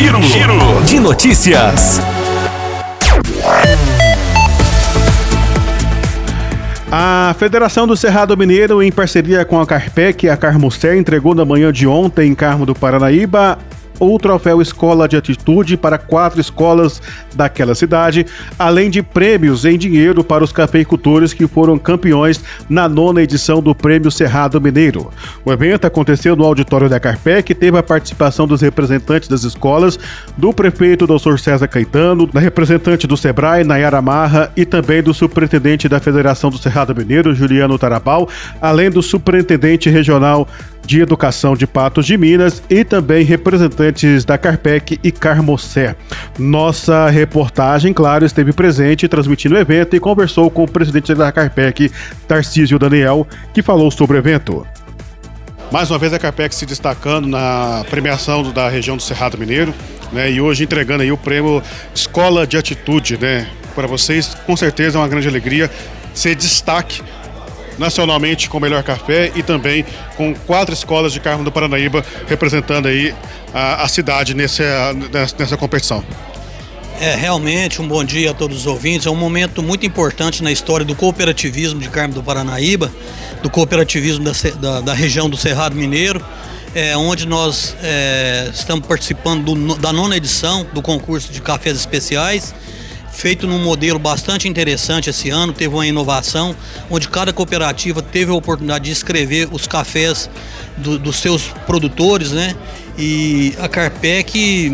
Giro de notícias. A Federação do Cerrado Mineiro, em parceria com a Carpec e a Carmocer, entregou na manhã de ontem, em Carmo do Paranaíba, o troféu Escola de Atitude para 4 escolas daquela cidade, além de prêmios em dinheiro para os cafeicultores que foram campeões na 9ª edição do Prêmio Cerrado Mineiro. O evento aconteceu no auditório da Carpec e teve a participação dos representantes das escolas, do prefeito Dr. César Caetano, da representante do Sebrae, Nayara Marra, e também do superintendente da Federação do Cerrado Mineiro, Juliano Tarabal, além do superintendente regional de Educação de Patos de Minas e também representantes da Carpec e Carmocer. Nossa reportagem, claro, esteve presente transmitindo o evento e conversou com o presidente da Carpec, Tarcísio Daniel, que falou sobre o evento. Mais uma vez a Carpec se destacando na premiação da região do Cerrado Mineiro, né, e hoje entregando aí o prêmio Escola de Atitude, né, para vocês. Com certeza é uma grande alegria ser destaque nacionalmente com o melhor café e também com 4 escolas de Carmo do Paranaíba representando aí a cidade nessa competição. Realmente um bom dia a todos os ouvintes. É um momento muito importante na história do cooperativismo de Carmo do Paranaíba, do cooperativismo da região do Cerrado Mineiro, onde nós estamos participando da 9ª edição do concurso de cafés especiais, feito num modelo bastante interessante esse ano. Teve uma inovação, onde cada cooperativa teve a oportunidade de escrever os cafés dos seus produtores, né? E a Carpec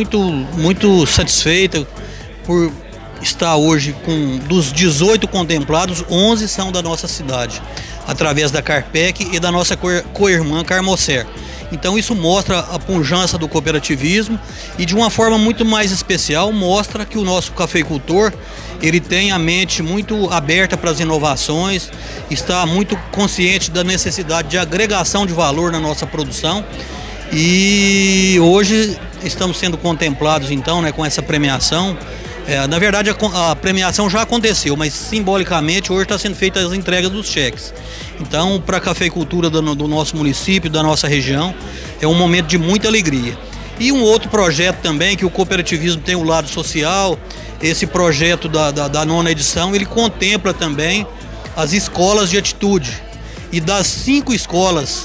muito satisfeita por estar hoje dos 18 contemplados, 11 são da nossa cidade, através da Carpec e da nossa co-irmã Carmocer. Então isso mostra a pujança do cooperativismo e, de uma forma muito mais especial, mostra que o nosso cafeicultor, ele tem a mente muito aberta para as inovações, está muito consciente da necessidade de agregação de valor na nossa produção. E hoje estamos sendo contemplados então, né, com essa premiação. Na verdade a premiação já aconteceu, mas simbolicamente hoje está sendo feita as entregas dos cheques. Então, para a cafeicultura do nosso município, da nossa região, é um momento de muita alegria. E um outro projeto também, que o cooperativismo tem o lado social, esse projeto da 9ª edição, ele contempla também as escolas de atitude. E das 5 escolas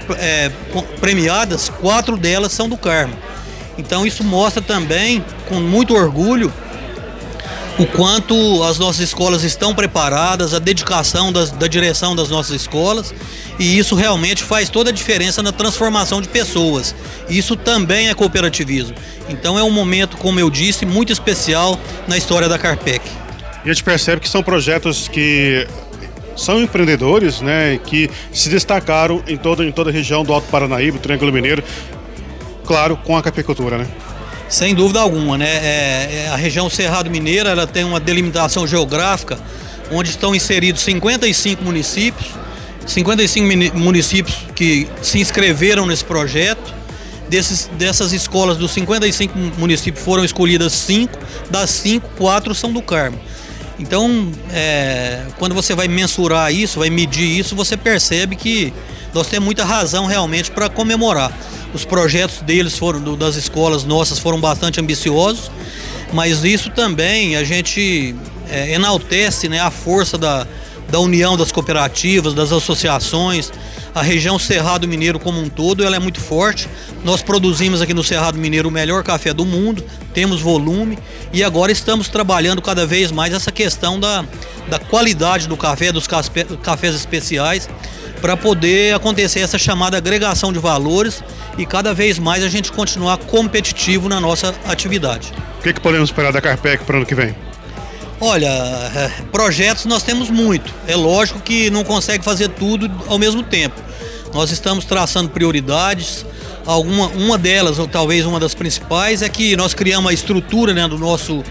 premiadas, 4 delas são do Carmo. Então isso mostra também, com muito orgulho, o quanto as nossas escolas estão preparadas, a dedicação da direção das nossas escolas, e isso realmente faz toda a diferença na transformação de pessoas. Isso também é cooperativismo. Então é um momento, como eu disse, muito especial na história da Carpec. E a gente percebe que são projetos que são empreendedores, né, que se destacaram em toda a região do Alto Paranaíba, do Triângulo Mineiro, claro, com a cafeicultura, né? Sem dúvida alguma, né? A região Cerrado Mineiro, ela tem uma delimitação geográfica onde estão inseridos 55 municípios, 55 municípios que se inscreveram nesse projeto. Dessas escolas, dos 55 municípios, foram escolhidas 5, das 5, 4 são do Carmo. Então, quando você vai mensurar isso, vai medir isso, você percebe que nós temos muita razão realmente para comemorar. Os projetos deles das escolas nossas foram bastante ambiciosos, mas isso também a gente enaltece, né, a força da união das cooperativas, das associações. A região Cerrado Mineiro como um todo, ela é muito forte. Nós produzimos aqui no Cerrado Mineiro o melhor café do mundo, temos volume e agora estamos trabalhando cada vez mais essa questão da qualidade do café, dos cafés especiais, para poder acontecer essa chamada agregação de valores e cada vez mais a gente continuar competitivo na nossa atividade. O que podemos esperar da Carpec para o ano que vem? Olha, projetos nós temos muito. É lógico que não consegue fazer tudo ao mesmo tempo. Nós estamos traçando prioridades. Uma delas, ou talvez uma das principais, é que nós criamos a estrutura, né, do nosso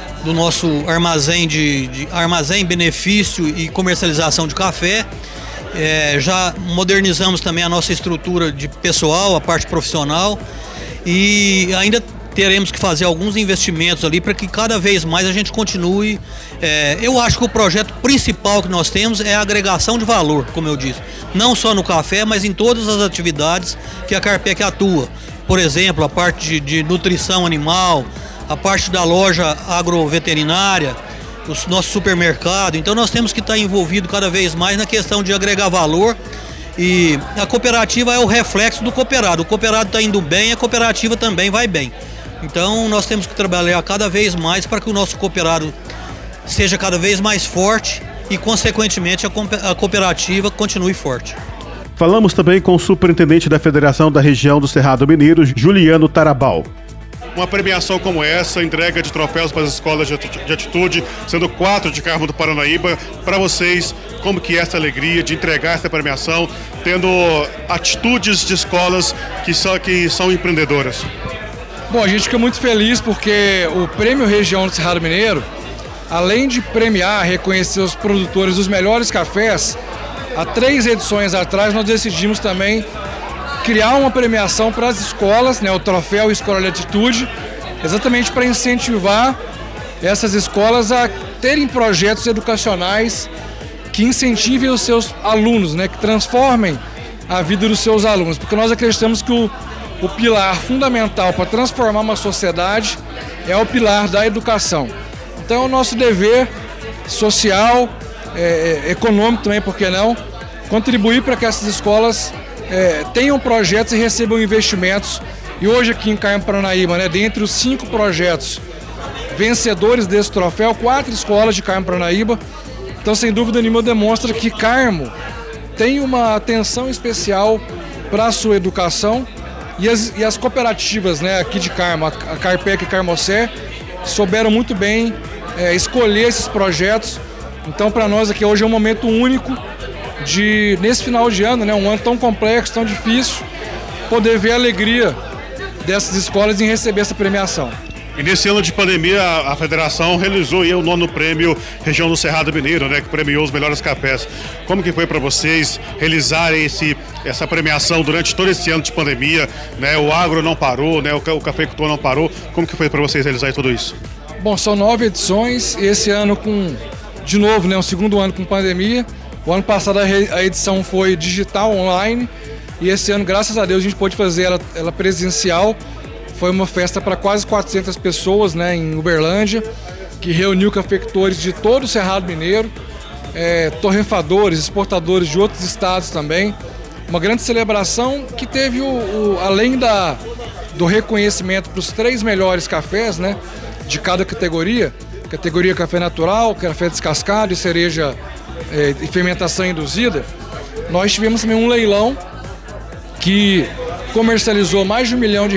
armazém armazém, benefício e comercialização de café. Já modernizamos também a nossa estrutura de pessoal, a parte profissional, e ainda teremos que fazer alguns investimentos ali para que cada vez mais a gente continue. Eu acho que o projeto principal que nós temos é a agregação de valor, como eu disse, não só no café, mas em todas as atividades que a Carpec atua, por exemplo, a parte de nutrição animal, a parte da loja agroveterinária, o nosso supermercado. Então nós temos que estar envolvido cada vez mais na questão de agregar valor, e a cooperativa é o reflexo do cooperado. O cooperado está indo bem, a cooperativa também vai bem. Então nós temos que trabalhar cada vez mais para que o nosso cooperado seja cada vez mais forte e, consequentemente, a cooperativa continue forte. Falamos também com o superintendente da Federação da Região do Cerrado Mineiro, Juliano Tarabal. Uma premiação como essa, entrega de troféus para as escolas de atitude, sendo 4 de Carmo do Paranaíba, para vocês, como que é essa alegria de entregar essa premiação, tendo atitudes de escolas que são empreendedoras? Bom, a gente fica muito feliz porque o Prêmio Região do Cerrado Mineiro, além de premiar, reconhecer os produtores dos melhores cafés, há 3 edições atrás nós decidimos também criar uma premiação para as escolas, né, o Troféu Escola de Atitude, exatamente para incentivar essas escolas a terem projetos educacionais que incentivem os seus alunos, né, que transformem a vida dos seus alunos, porque nós acreditamos que o pilar fundamental para transformar uma sociedade é o pilar da educação. Então é o nosso dever social, econômico também, por que não, contribuir para que essas escolas tenham projetos e recebam investimentos. E hoje aqui em Carmo Paranaíba, né, dentre os 5 projetos vencedores desse troféu, 4 escolas de Carmo Paranaíba. Então, sem dúvida nenhuma, demonstra que Carmo tem uma atenção especial para a sua educação, e as cooperativas, né, aqui de Carmo, a Carpec e Carmocé, souberam muito bem escolher esses projetos. Então, para nós aqui hoje é um momento único nesse final de ano, né, um ano tão complexo, tão difícil, poder ver a alegria dessas escolas em receber essa premiação. E nesse ano de pandemia, a federação realizou o 9º prêmio Região do Cerrado Mineiro, né, que premiou os melhores cafés. Como que foi para vocês realizarem essa premiação durante todo esse ano de pandemia? Né, o agro não parou, né, o cafeicultor não parou. Como que foi para vocês realizarem tudo isso? Bom, são 9 edições, e esse ano de novo, né, um segundo ano com pandemia. O ano passado a edição foi digital, online, e esse ano, graças a Deus, a gente pôde fazer ela presencial. Foi uma festa para quase 400 pessoas, né, em Uberlândia, que reuniu cafeicultores de todo o Cerrado Mineiro, torrefadores, exportadores de outros estados também. Uma grande celebração que teve, além do reconhecimento para os 3 melhores cafés, né, de cada categoria café natural, café descascado e cereja e fermentação induzida, nós tivemos também um leilão que comercializou mais de R$1 milhão,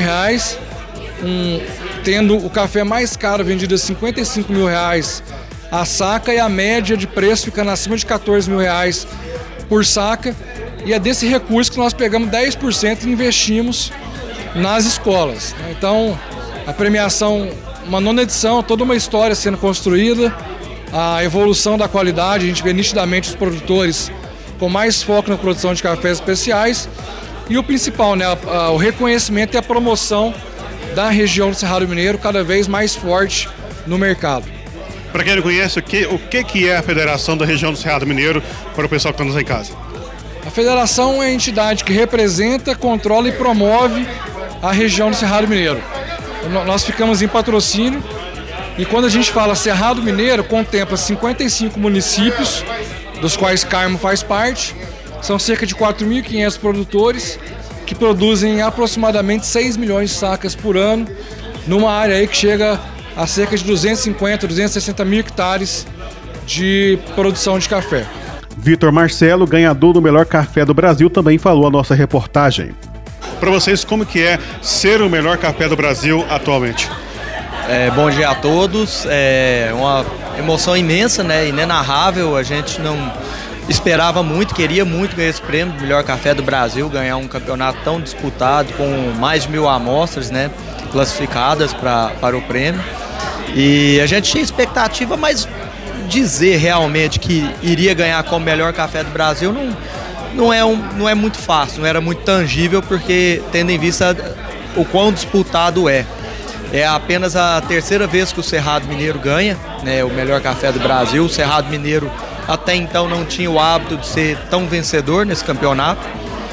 tendo o café mais caro vendido a R$55 mil a saca, e a média de preço ficando acima de R$14 mil por saca. E é desse recurso que nós pegamos 10% e investimos nas escolas. Então, a premiação, uma 9ª edição, toda uma história sendo construída, a evolução da qualidade, a gente vê nitidamente os produtores com mais foco na produção de cafés especiais, e o principal, né, o reconhecimento e a promoção da região do Cerrado Mineiro cada vez mais forte no mercado. Para quem não conhece, o que é a Federação da Região do Cerrado Mineiro, para o pessoal que está nos em casa? A federação é a entidade que representa, controla e promove a região do Cerrado Mineiro. Nós ficamos em patrocínio, e quando a gente fala Cerrado Mineiro, contempla 55 municípios, dos quais Carmo faz parte. São cerca de 4.500 produtores que produzem aproximadamente 6 milhões de sacas por ano, numa área aí que chega a cerca de 250, 260 mil hectares de produção de café. Vitor Marcelo, ganhador do melhor café do Brasil, também falou a nossa reportagem. Para vocês, como que é ser o melhor café do Brasil atualmente? Bom dia a todos, é uma emoção imensa, né, inenarrável. A gente não esperava muito, queria muito ganhar esse prêmio do melhor café do Brasil, ganhar um campeonato tão disputado, com mais de 1.000 amostras, né, classificadas para o prêmio. E a gente tinha expectativa, mas dizer realmente que iria ganhar como melhor café do Brasil não é muito fácil, não era muito tangível, porque tendo em vista o quão disputado é. É apenas a 3ª vez que o Cerrado Mineiro ganha, né, o melhor café do Brasil. O Cerrado Mineiro até então não tinha o hábito de ser tão vencedor nesse campeonato.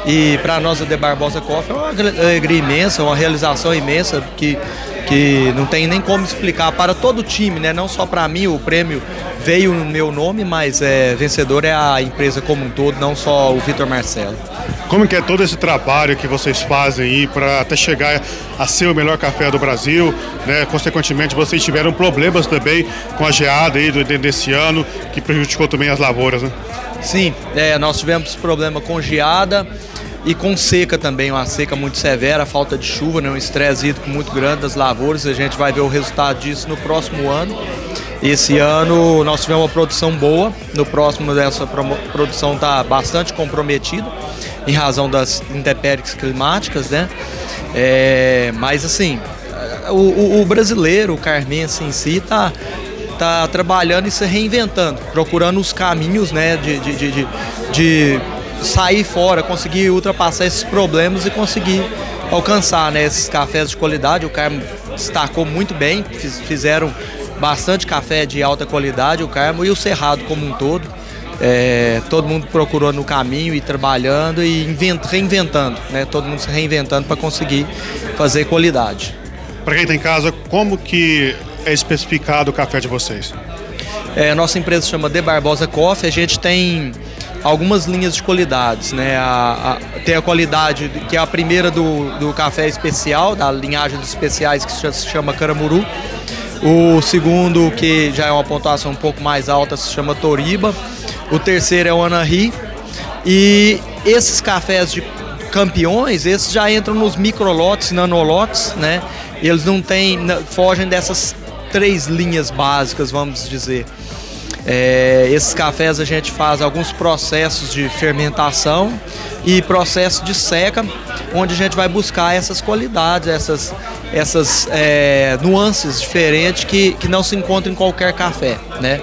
E para nós, a De Barbosa Coffee, é uma alegria imensa, uma realização imensa que não tem nem como explicar para todo o time, né? Não só para mim, o prêmio veio no meu nome, mas vencedor é a empresa como um todo, não só o Vitor Marcelo. Como que é todo esse trabalho que vocês fazem aí para até chegar a ser o melhor café do Brasil, né? Consequentemente, vocês tiveram problemas também com a geada aí desse ano, que prejudicou também as lavouras, né? Sim, nós tivemos problema com geada e com seca também, uma seca muito severa, falta de chuva, né? Um estresse hídrico muito grande das lavouras. A gente vai ver o resultado disso no próximo ano. Esse ano nós tivemos uma produção boa, no próximo essa produção está bastante comprometida em razão das intempéries climáticas, né? Mas assim, o brasileiro, o carmense em si, está trabalhando e se reinventando, procurando os caminhos, né, de sair fora, conseguir ultrapassar esses problemas e conseguir alcançar, né, esses cafés de qualidade. O Carmo destacou muito bem, fizeram bastante café de alta qualidade, o Carmo e o Cerrado como um todo. Todo mundo procurou no caminho e trabalhando e reinventando, né, todo mundo se reinventando para conseguir fazer qualidade. Para quem está em casa, como que é especificado o café de vocês? Nossa empresa se chama De Barbosa Coffee. A gente tem algumas linhas de qualidades, né? Tem a qualidade que é a primeira do café especial, da linhagem dos especiais, que se chama Caramuru. O segundo, que já é uma pontuação um pouco mais alta, se chama Toriba. O terceiro é o Anahi. E esses cafés de campeões, esses já entram nos microlotes, nanolotes, né? Eles fogem dessas 3 linhas básicas, vamos dizer. Esses cafés a gente faz alguns processos de fermentação e processo de seca, onde a gente vai buscar essas qualidades, essas nuances diferentes que não se encontram em qualquer café, né?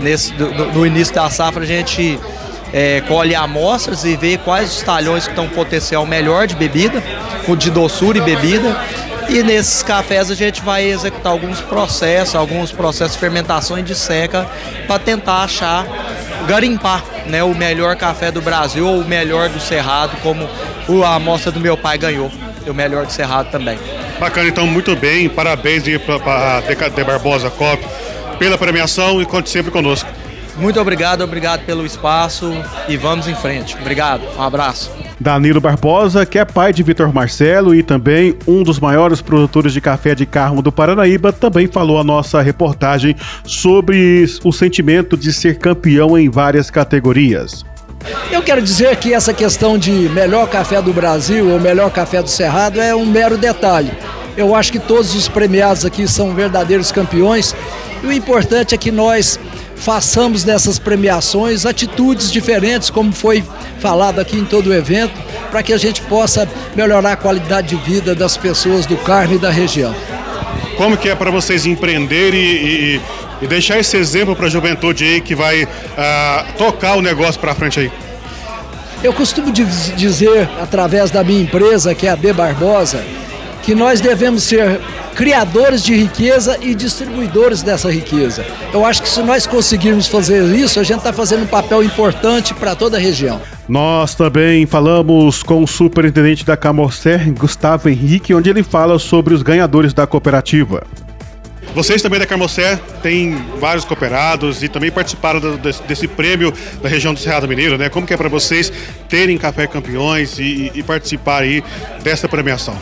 No início da safra a gente colhe amostras e vê quais os talhões que estão com potencial melhor de bebida, de doçura e bebida. E nesses cafés a gente vai executar alguns processos de fermentação e de seca para tentar garimpar, né, o melhor café do Brasil ou o melhor do Cerrado, como a amostra do meu pai ganhou, o melhor do Cerrado também. Bacana, então, muito bem, parabéns para a De Barbosa Coffee pela premiação e conte sempre conosco. Muito obrigado pelo espaço e vamos em frente. Obrigado, um abraço. Danilo Barbosa, que é pai de Vitor Marcelo e também um dos maiores produtores de café de Carmo do Paranaíba, também falou a nossa reportagem sobre o sentimento de ser campeão em várias categorias. Eu quero dizer que essa questão de melhor café do Brasil ou melhor café do Cerrado é um mero detalhe. Eu acho que todos os premiados aqui são verdadeiros campeões e o importante é que nós façamos dessas premiações atitudes diferentes, como foi falado aqui em todo o evento, para que a gente possa melhorar a qualidade de vida das pessoas do Carmo e da região. Como que é para vocês empreenderem e deixar esse exemplo para a juventude aí que vai tocar o negócio para frente aí? Eu costumo dizer, através da minha empresa, que é a De Barbosa, que nós devemos ser criadores de riqueza e distribuidores dessa riqueza. Eu acho que se nós conseguirmos fazer isso, a gente está fazendo um papel importante para toda a região. Nós também falamos com o superintendente da Camorcer, Gustavo Henrique, onde ele fala sobre os ganhadores da cooperativa. Vocês também da Camorcer têm vários cooperados e também participaram desse prêmio da região do Cerrado Mineiro, né? Como que é para vocês terem Café Campeões e participar aí dessa premiação?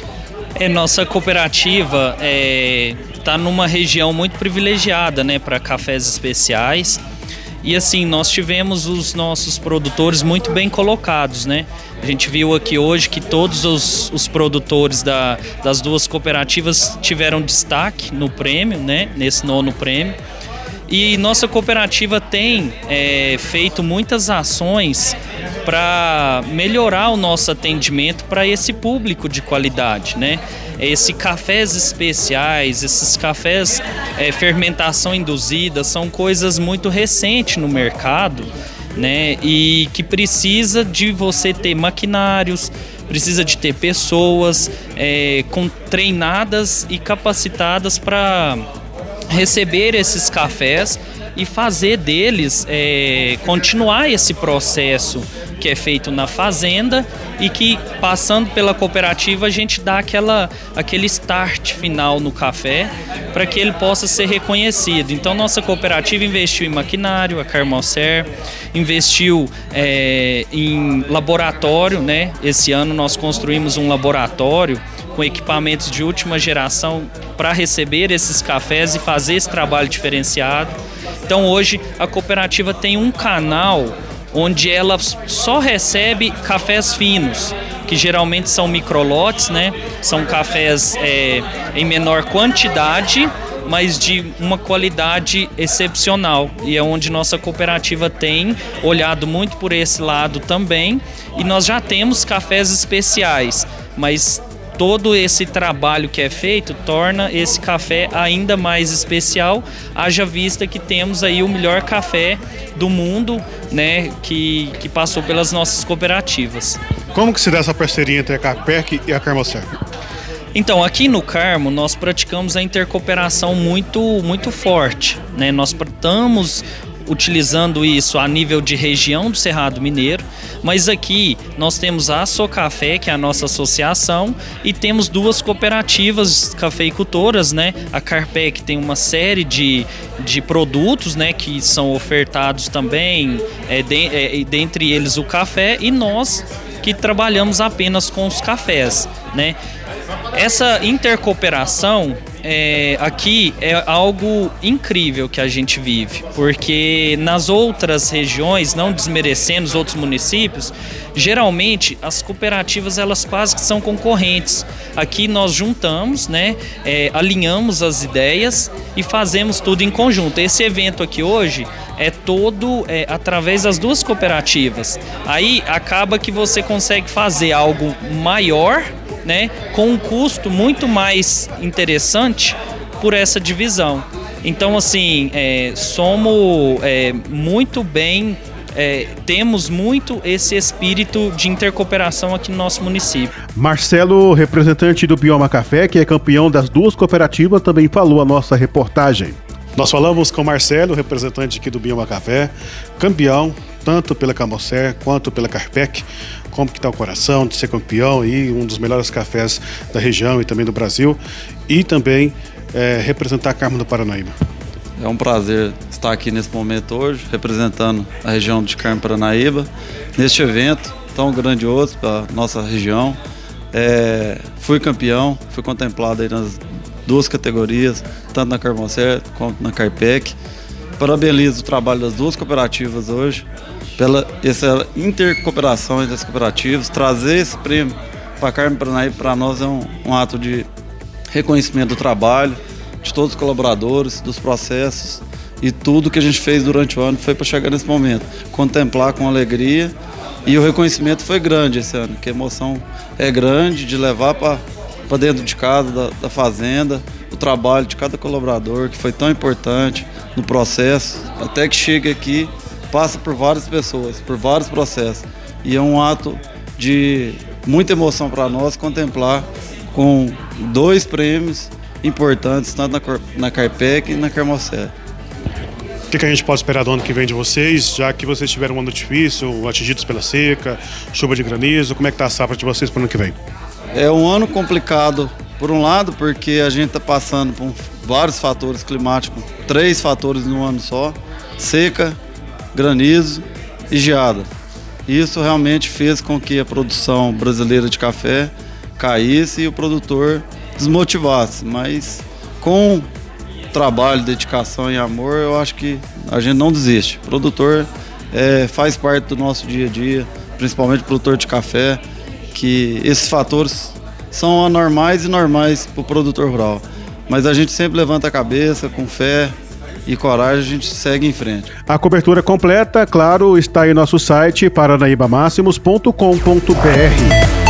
Nossa cooperativa está numa região muito privilegiada, né, para cafés especiais. E assim, nós tivemos os nossos produtores muito bem colocados, né? A gente viu aqui hoje que todos os produtores das duas cooperativas tiveram destaque no prêmio, né? Nesse 9º prêmio. E nossa cooperativa tem feito muitas ações para melhorar o nosso atendimento para esse público de qualidade, né? Esses cafés especiais, esses cafés fermentação induzida, são coisas muito recentes no mercado, né? E que precisa de você ter maquinários, precisa de ter pessoas treinadas e capacitadas para receber esses cafés e fazer deles continuar esse processo que é feito na fazenda e que, passando pela cooperativa, a gente dá aquele start final no café para que ele possa ser reconhecido. Então, nossa cooperativa investiu em maquinário, a Carmocer, investiu em laboratório, né? Esse ano nós construímos um laboratório com equipamentos de última geração para receber esses cafés e fazer esse trabalho diferenciado. Então, hoje, a cooperativa tem um canal onde ela só recebe cafés finos, que geralmente são microlotes, né? São cafés em menor quantidade, mas de uma qualidade excepcional. E é onde nossa cooperativa tem olhado muito por esse lado também. E nós já temos cafés especiais, mas todo esse trabalho que é feito torna esse café ainda mais especial, haja vista que temos aí o melhor café do mundo, né, que passou pelas nossas cooperativas. Como que se dá essa parceria entre a Carpec e a Carmocer? Então, aqui no Carmo, nós praticamos a intercooperação muito forte, né? Nós estamos utilizando isso a nível de região do Cerrado Mineiro, mas aqui nós temos a Socafé, que é a nossa associação, e temos duas cooperativas cafeicultoras, né? A Carpec tem uma série de produtos, né, que são ofertados também, dentre eles o café, e nós que trabalhamos apenas com os cafés, né? Essa intercooperação aqui é algo incrível que a gente vive, porque nas outras regiões, não desmerecendo os outros municípios, geralmente as cooperativas elas quase que são concorrentes. Aqui nós juntamos, né, alinhamos as ideias e fazemos tudo em conjunto. Esse evento aqui hoje é todo através das duas cooperativas. Aí acaba que você consegue fazer algo maior, né, com um custo muito mais interessante por essa divisão. Então, assim, somos muito bem, temos muito esse espírito de intercooperação aqui no nosso município. Marcelo, representante do Bioma Café, que é campeão das duas cooperativas, também falou a nossa reportagem. Nós falamos com o Marcelo, representante aqui do Bioma Café, campeão tanto pela Carmocer quanto pela Carpec. Como que está o coração de ser campeão e um dos melhores cafés da região e também do Brasil, e também representar a Carmo do Paranaíba. É um prazer estar aqui nesse momento hoje, representando a região de Carmo do Paranaíba, neste evento tão grandioso para a nossa região. Fui campeão, fui contemplado aí nas duas categorias, tanto na Carmocer quanto na Carpec. Parabenizo o trabalho das duas cooperativas hoje, pela essa intercooperação entre as cooperativas. Trazer esse prêmio para a Carmo do Paranaíba para nós é um ato de reconhecimento do trabalho, de todos os colaboradores, dos processos, e tudo que a gente fez durante o ano foi para chegar nesse momento, contemplar com alegria, e o reconhecimento foi grande esse ano, que a emoção é grande de levar para dentro de casa, da fazenda, o trabalho de cada colaborador, que foi tão importante no processo, até que chega aqui, passa por várias pessoas, por vários processos, e é um ato de muita emoção para nós contemplar com 2 prêmios importantes, tanto na Carpec e na Carmocer. O que a gente pode esperar do ano que vem de vocês, já que vocês tiveram um ano difícil, atingidos pela seca, chuva de granizo? Como é que está a safra de vocês para o ano que vem? É um ano complicado, por um lado, porque a gente está passando por vários fatores climáticos, 3 fatores no ano só: seca, granizo e geada. Isso realmente fez com que a produção brasileira de café caísse e o produtor desmotivasse, mas com trabalho, dedicação e amor, eu acho que a gente não desiste. O produtor faz parte do nosso dia a dia, principalmente o produtor de café, que esses fatores são anormais e normais para o produtor rural, mas a gente sempre levanta a cabeça com fé e coragem, a gente segue em frente. A cobertura completa, claro, está em nosso site paranaibamáximos.com.br.